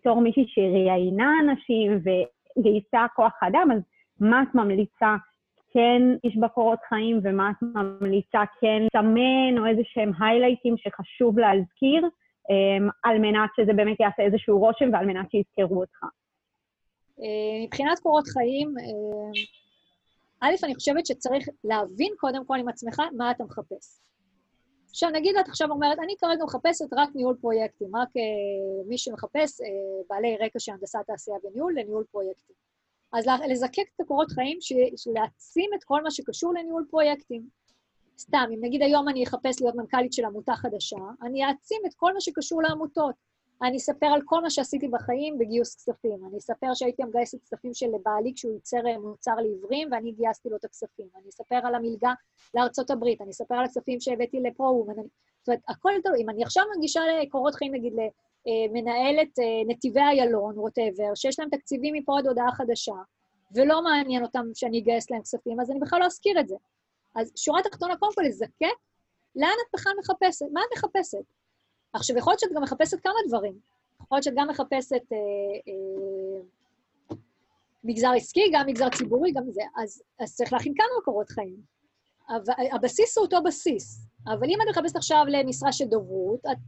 בתור מישהי שראיינה אנשים וגייסה כוח אדם, אז מה את ממליצה כן יש בקורות חיים, ומה את ממליצה כן לסמן או איזה שהם היילייטים שחשוב להזכיר, על מנת שזה באמת יעשה איזשהו רושם ועל מנת שיזכרו אותך? מבחינת קורות חיים, א', אני חושבת שצריך להבין קודם כל עם עצמך מה אתה מחפש. עכשיו, נגיד את עכשיו אומרת, אני כרגע מחפשת רק ניהול פרויקטים, רק מי שמחפש בעלי רקע של הנדסת תעשייה וניהול לניהול פרויקטים. אז לזקק את הקורות חיים, להעצים את כל מה שקשור לניהול פרויקטים. סתם, אם נגיד היום אני אחפש להיות מנכ"לית של עמותה חדשה, אני אעצים את כל מה שקשור לעמותות. אני אספר על כל מה שעשיתי בחיים בגיוס כספים. אני אספר שהייתי מגייסת כספים של בעלי כשהוא ייצר מוצר לעברים, ואני גייסתי לו את הכספים. אני אספר על המלגה לארצות הברית, אני אספר על הכספים שהבאתי לפרו-וומן. זאת אומרת, הכל טוב. אם אני עכשיו מגישה לקורות חיים, נגיד, למנהלת נתיבי איילון, whatever, שיש להם תקציבים מפה עד הודעה חדשה, ולא מעניין אותם שאני אגייס להם כספים, אז אני בכלל לא אזכיר את זה. אז שורה תחתונה, קודם כל לזקק, לאן את בכלל מחפשת? מה את מחפשת? עכשיו, יכול להיות שאת גם מחפשת כמה דברים. יכול להיות שאת גם מחפשת מגזר עסקי, גם מגזר ציבורי, גם זה. אז צריך להכין כמה מקורות חיים. הבסיס הוא אותו בסיס. אבל אם את מחפשת עכשיו למשרה של דוברות, את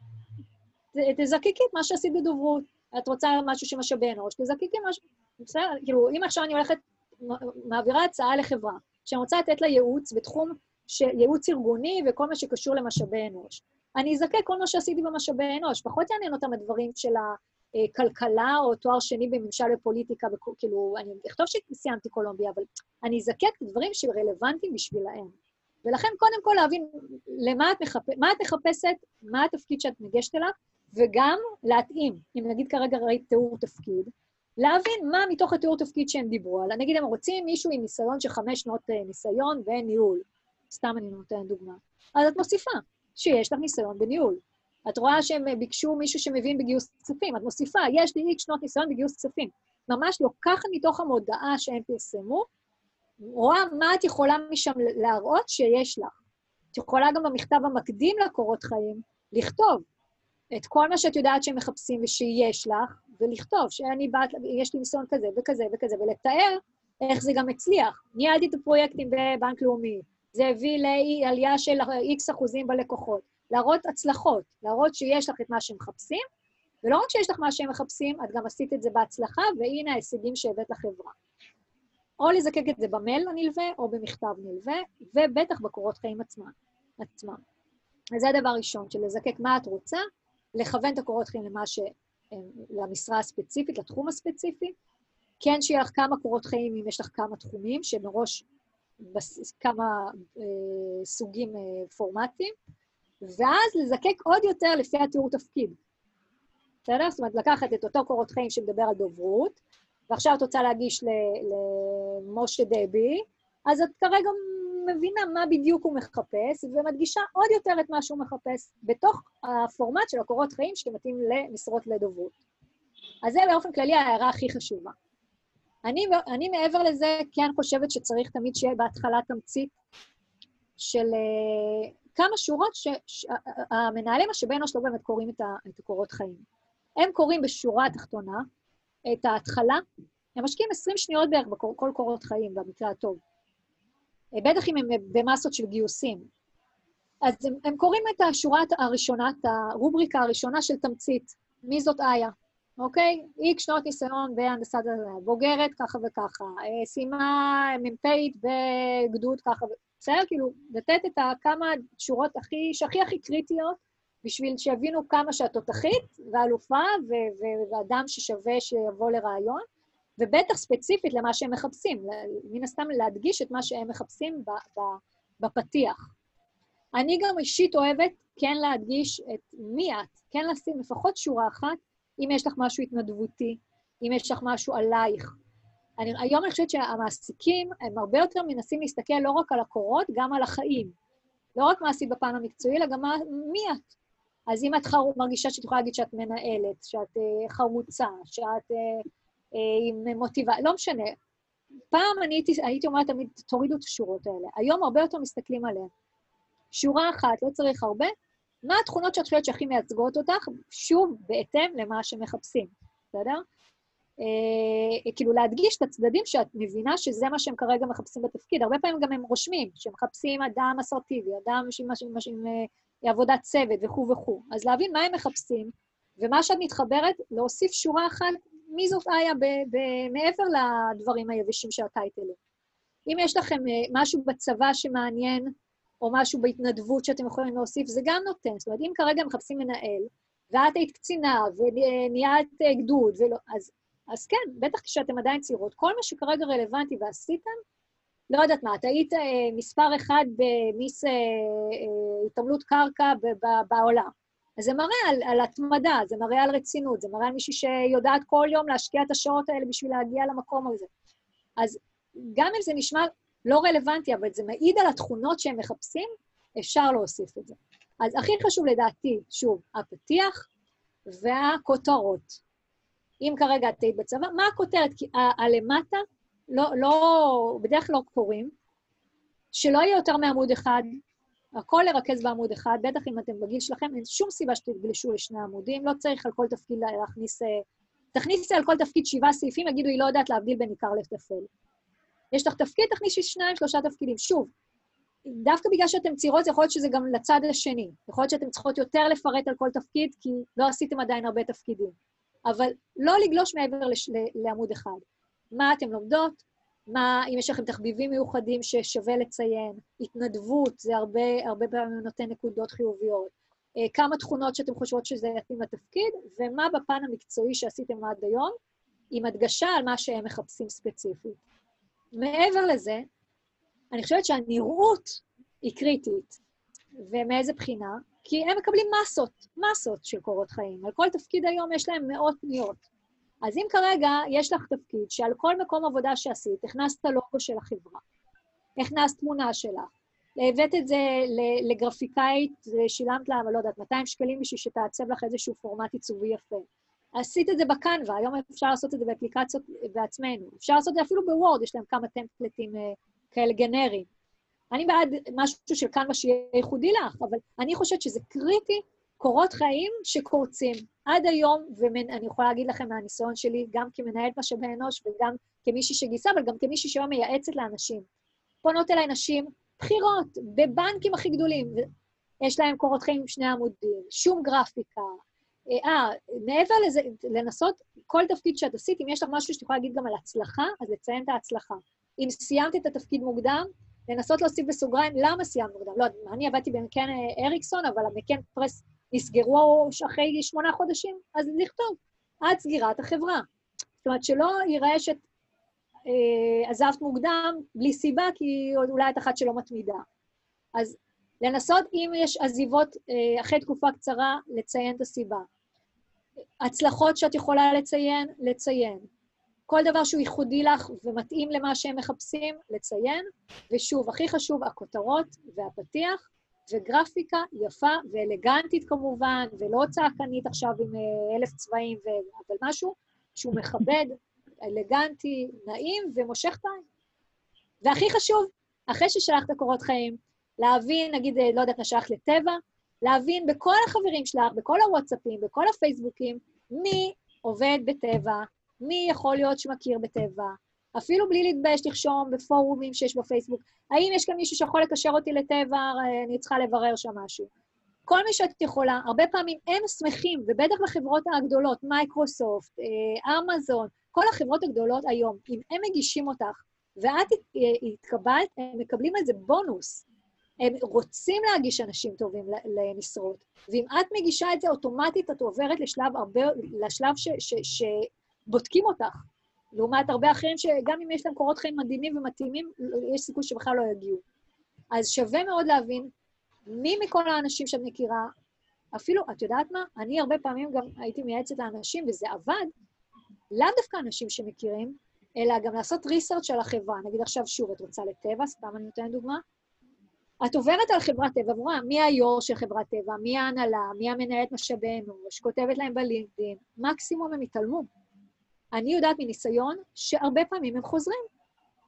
תזקקי את מה שעשית בדוברות. את רוצה משהו שמשאבי אנוש, תזקקי משהו. בסדר? כאילו, אם עכשיו אני הולכת, מעבירה הצעה לחברה, שאני רוצה לתת לה ייעוץ בתחום ייעוץ ארגוני וכל מה שקשור למשאבי אנוש. אני אזקק כל מה שעשיתי במשאבי אנוש, פחות יעניין אותם הדברים של הכלכלה או תואר שני בממשל ופוליטיקה, כאילו, אני אכתוב שסיימתי קולומביה, אבל אני אזקק את הדברים שרלוונטיים בשבילהם. ולכן קודם כל להבין למה מה את מחפשת, מה התפקיד שאת נגשת אליו, וגם להתאים, אם נגיד כרגע ראית תיאור תפקיד, להבין מה מתוך התיאור תפקיד שהם דיברו עליו. נגיד הם רוצים מישהו עם ניסיון של 5 שנות ניסיון וניהול. סתם אני נותן דוגמה. אז את מוסיפה שיש לך ניסיון בניהול. את רואה שהם ביקשו מישהו שמבין בגיוס כספים, את מוסיפה, יש לי X שנות ניסיון בגיוס כספים. ממש לוקחת מתוך המודעה שהם פרסמו, רואה מה את יכולה משם להראות שיש לך. את יכולה גם במכתב המקדים לקורות חיים, לכתוב את כל מה שאת יודעת שהם מחפשים ושיש לך, ולכתוב יש לי ניסיון כזה וכזה וכזה, ולתאר איך זה גם הצליח. ניהלתי את הפרויקטים בבנק לאומי, זה הביא לעלייה של X% בלקוחות, להראות הצלחות, להראות שיש לך את מה שהם מחפשים, ולא רק שיש לך מה שהם מחפשים, את גם עשית את זה בהצלחה, והנה ההישגים שהבאת לחברה. או לזקק את זה במייל הנלווה, או במכתב נלווה, ובטח בקורות חיים עצמם. אז זה הדבר ראשון, של לזקק מה את רוצה, לכוון את הקורות חיים למשרה הספציפית, לתחום הספציפי, כן שיהיה לך כמה קורות חיים אם יש לך כמה תחומים, שמראש כמה סוגים פורמטיים, ואז לזקק עוד יותר לפי התיאור תפקיד. בסדר? זאת אומרת, לקחת את אותו קורות חיים שמדבר על דוברות, ועכשיו את רוצה להגיש למשה דבי, אז את כרגע מבינה מה בדיוק הוא מחפש, ומדגישה עוד יותר את מה שהוא מחפש, בתוך הפורמט של הקורות חיים שמתאים למשרות לדוברות. אז זה באופן כללי ההערה הכי חשובה. אני מעבר לזה כן חושבת שצריך תמיד שיהיה בהתחלה תמצית של כמה שורות שהמנהלי משאבי אנוש לא באמת קוראים את הקורות חיים. הם קוראים בשורה התחתונה את ההתחלה, הם משקיעים 20 שניות בערך בכל קורות חיים, במקרה הטוב. בטח אם הם במסות של גיוסים. אז הם קוראים את השורה הראשונה, את הרובריקה הראשונה של תמצית. מי זאת איה? אוקיי? X שנות ניסיון בהנדסת בוגרת, ככה וככה. סיימה מ"פית בגדוד, ככה וככה. בסדר? כאילו, לתת את כמה שורות הכי קריטיות, בשביל שיבינו כמה שאת תותחית, ואלופה, ואדם ששווה שיבוא לרעיון, ובטח ספציפית למה שהם מחפשים, מן הסתם להדגיש את מה שהם מחפשים בפתיח. אני גם אישית אוהבת כן להדגיש את מי את, כן לשים לפחות שורה אחת, אם יש לך משהו התנדבותי, אם יש לך משהו עלייך. היום אני חושבת שהמעסיקים, הם הרבה יותר מנסים להסתכל לא רק על הקורות, גם על החיים. לא רק מה עשית בפן המקצועי, אלא גם מי את. אז אם את מרגישה שאת יכולה להגיד שאת מנהלת, שאת חרוצה, שאת עם מוטיבה, לא משנה. פעם הייתי אומרת תמיד, תורידו את השורות האלה. היום הרבה יותר מסתכלים עליהן. שורה אחת, לא צריך הרבה, מה התכונות שאת חושבת שהכי מייצגות אותך? שוב, בהתאם למה שמחפשים, בסדר? כאילו להדגיש את הצדדים שאת מבינה שזה מה שהם כרגע מחפשים בתפקיד. הרבה פעמים גם הם רושמים, שהם מחפשים אדם אסרטיבי, אדם עם עבודת צוות וכו' וכו'. אז להבין מה הם מחפשים, ומה שאת מתחברת, להוסיף שורה אחת, מי זאת איה מעבר לדברים היבשים של הטייטלים. אם יש לכם משהו בצבא שמעניין, או משהו בהתנדבות שאתם יכולים להוסיף, זה גם נותן. זאת אומרת, אם כרגע מחפשים מנהל, ואת היית קצינה, וניית גדוד, אז כן, בטח כשאתם עדיין צעירות, כל מה שכרגע רלוונטי ועשיתם, לא יודעת מה, את היית מספר אחד במיס התעמלות קרקע בעולם. אז זה מראה על התמדה, זה מראה על רצינות, זה מראה על מישהי שיודעת כל יום להשקיע את השעות האלה בשביל להגיע למקום הזה. אז גם אם זה נשמע לא רלוונטי, אבל זה מעיד על התכונות שהם מחפשים, אפשר להוסיף את זה. אז הכי חשוב לדעתי, שוב, הפתיח והכותרות. אם כרגע את היית בצבא, מה הכותרת? כי הלמטה, בדרך כלל לא קוראים, שלא יהיה יותר מעמוד אחד, הכל לרכז בעמוד אחד, בטח אם אתם בגיל שלכם, אין שום סיבה שתגלשו לשני עמודים, לא צריך על כל תפקיד תכניסי על כל תפקיד 7 סעיפים, יגידו, היא לא יודעת להבדיל בין עיקר לטפל. יש לך תפקיד, תכניסי 2-3 תפקידים. שוב, דווקא בגלל שאתם צעירות, זה יכול להיות שזה גם לצד השני. יכול להיות שאתם צריכות יותר לפרט על כל תפקיד, כי לא עשיתם עדיין הרבה תפקידים. אבל לא לגלוש מעבר לעמוד אחד. מה אתם לומדות? אם יש לכם תחביבים מיוחדים ששווה לציין? התנדבות, זה הרבה פעמים נותן נקודות חיוביות. כמה תכונות שאתם חושבות שזה יתאים לתפקיד, ומה בפן המקצועי שעשיתם עד היום, עם הדגשה על מה שהם מחפשים ספציפית. מעבר לזה, אני חושבת שהנראות היא קריטית, ומאיזה בחינה? כי הם מקבלים מסות של קורות חיים. על כל תפקיד היום יש להם מאות פניות. אז אם כרגע יש לך תפקיד שעל כל מקום עבודה שעשית, הכנסת לוגו של החברה, הכנסת תמונה שלך, הבאת את זה לגרפיקאית, שילמת לה, אבל לא יודעת, 200 שקלים בשביל שתעצב לך איזשהו פורמט עיצובי יפה. עשית את זה בקנווה, היום אפשר לעשות את זה באפליקציות בעצמנו. אפשר לעשות את זה אפילו בוורד, יש להם כמה טמפלטים כאלה גנריים. אני בעד משהו של קנווה שיהיה ייחודי לך, אבל אני חושבת שזה קריטי, קורות חיים שקורצים. עד היום, ואני יכולה להגיד לכם מהניסיון שלי, גם כמנהלת משאבי אנוש, וגם כמישהי שגיסה, אבל גם כמישהי שהיום מייעצת לאנשים. פונות אליי נשים בחירות, בבנקים הכי גדולים, יש להם קורות חיים עם 2 עמודים, שום גרפיקה. מעבר לזה, לנסות כל תפקיד שאת עשית, אם יש לך משהו שאת יכולה להגיד גם על הצלחה, אז לציין את ההצלחה. אם סיימת את התפקיד מוקדם, לנסות להוסיף בסוגריים, למה סיימת מוקדם? לא, אני עבדתי במקן אריקסון, אבל המקן פרס נסגרו אחרי 8 חודשים, אז לכתוב, עד סגירת החברה. זאת אומרת, שלא ייראה שאת עזבת מוקדם בלי סיבה, כי אולי את אחת שלא מתמידה. אז לנסות, אם יש עזיבות אחרי תקופה קצרה, לציין את הסיבה. הצלחות שאת יכולה לציין. כל דבר שהוא ייחודי לך ומתאים למה שהם מחפשים, לציין. ושוב, הכי חשוב, הכותרות והפתיח, וגרפיקה יפה ואלגנטית כמובן, ולא צעקנית עכשיו עם 1000 צבעים, אבל משהו שהוא מכבד, אלגנטי, נעים ומושך טיים. והכי חשוב, אחרי ששלחת קורות חיים, להבין, נגיד, לא יודעת, נשלח לטבע, להבין בכל החברים שלך, בכל הוואטסאפים, בכל הפייסבוקים, מי עובד בטבע, מי יכול להיות שמכיר בטבע, אפילו בלי להתבייש לחשום בפורומים שיש בפייסבוק, האם יש כאן מישהו שיכול לקשר אותי לטבע, אני צריכה לברר שם משהו. כל מי שאת יכולה, הרבה פעמים הם שמחים, ובטח לחברות הגדולות, מייקרוסופט, אמזון, כל החברות הגדולות היום, אם הם מגישים אותך, ואת התקבלת, הם מקבלים על זה בונוס. הם רוצים להגיש אנשים טובים למשרות, ואם את מגישה את זה אוטומטית, את עוברת לשלב שבודקים אותך, לעומת הרבה אחרים שגם אם יש להם קורות חיים מדהימים ומתאימים, יש סיכוי שבכלל לא יגיעו. אז שווה מאוד להבין מי מכל האנשים שאת מכירה, אפילו, את יודעת מה? אני הרבה פעמים גם הייתי מייעצת לאנשים, וזה עבד, לאו דווקא אנשים שמכירים, אלא גם לעשות ריסרצ' של החברה. נגיד עכשיו שוב, את רוצה לטבע, סתם אני נותן דוגמה, את עוברת על חברת טבע, ורואה מי היו"ר של חברת טבע, מי ההנהלה, מי המנהלת משאבי אנוש, כותבת להם בלינקדאין, מקסימום הם יתעלמו. אני יודעת מניסיון שהרבה פעמים הם חוזרים.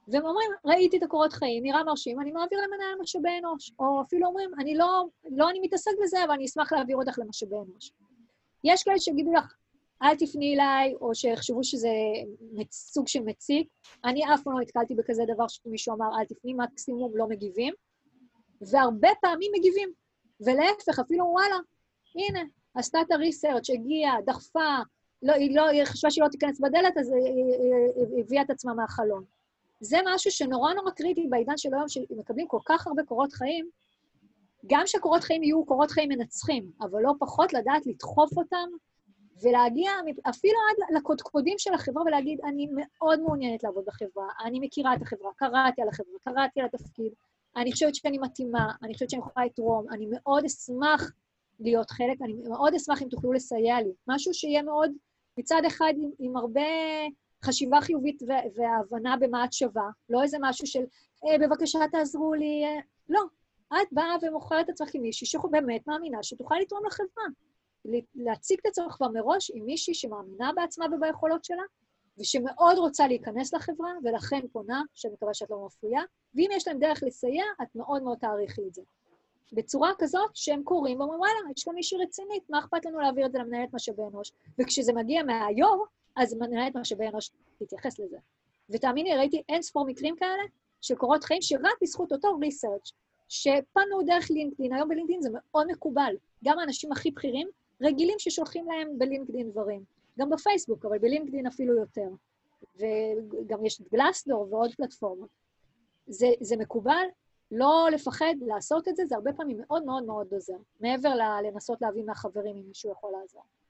והם אומרים, ראיתי את הקורות חיים, נראה מרשים, אני מעביר למנהל משאבי אנוש. או אפילו אומרים, לא אני מתעסק בזה, אבל אני אשמח להעביר אותך למשאבי אנוש. יש כאלה שיגידו לך, אל תפני אליי, או שיחשבו שזה סוג של מציק. אני אף פעם לא התקלתי בכזה דבר שמישהו אמר, אל תפני, מקסימום לא מגיבים. והרבה פעמים מגיבים. ולהפך, אפילו וואלה, הנה, עשתה את הריסרצ', הגיעה, דחפה, היא חשבה שהיא לא תיכנס בדלת, אז היא הביאה את עצמה מהחלון. זה משהו שנורא נורא קריטי בעידן של היום, שמקבלים כל כך הרבה קורות חיים, גם שקורות חיים יהיו קורות חיים מנצחים, אבל לא פחות לדעת לדחוף אותם, ולהגיע אפילו עד לקודקודים של החברה, ולהגיד, אני מאוד מעוניינת לעבוד בחברה, אני מכירה את החברה, קראתי על החברה, קראתי על התפקיד, אני חושבת שאני מתאימה, אני חושבת שאני יכולה לתרום, אני מאוד אשמח להיות חלק, אני מאוד אשמח אם תוכלו לסייע לי. משהו שיהיה מאוד, מצד אחד, עם הרבה חשיבה חיובית והבנה במה את שווה, לא איזה משהו של, בבקשה תעזרו לי, לא. את באה ומוכרת את עצמך עם מישהי שבאמת מאמינה שתוכל לתרום לחברה. להציג את עצמך כבר מראש עם מישהי שמאמינה בעצמה וביכולות שלה, ושמאוד רוצה להיכנס לחברה, ולכן פונה, שאני מקווה שאת לא מפריעה, ואם יש להם דרך לסייע, את מאוד מאוד תעריכי את זה. בצורה כזאת שהם קוראים ואומרים, וואלה, יש כאן מישהי רצינית, מה אכפת לנו להעביר את זה למנהלת משאבי אנוש? וכשזה מגיע מהיו"ר, אז מנהלת משאבי אנוש תתייחס לזה. ותאמיני, ראיתי אין ספור מקרים כאלה, של קורות חיים שרק בזכות אותו ריסרצ' שפנו דרך לינקדין, היום בלינקדין זה מאוד מקובל. גם האנשים הכי בכירים רגילים ששולחים להם בלינקדין דברים. גם בפייסבוק, אבל בלינקדין אפילו יותר. וגם יש את גלאסדור ועוד פלטפורמות. זה מקובל, לא לפחד לעשות את זה, זה הרבה פעמים מאוד מאוד מאוד עוזר. מעבר לנסות להביא מהחברים אם מישהו יכול לעזור.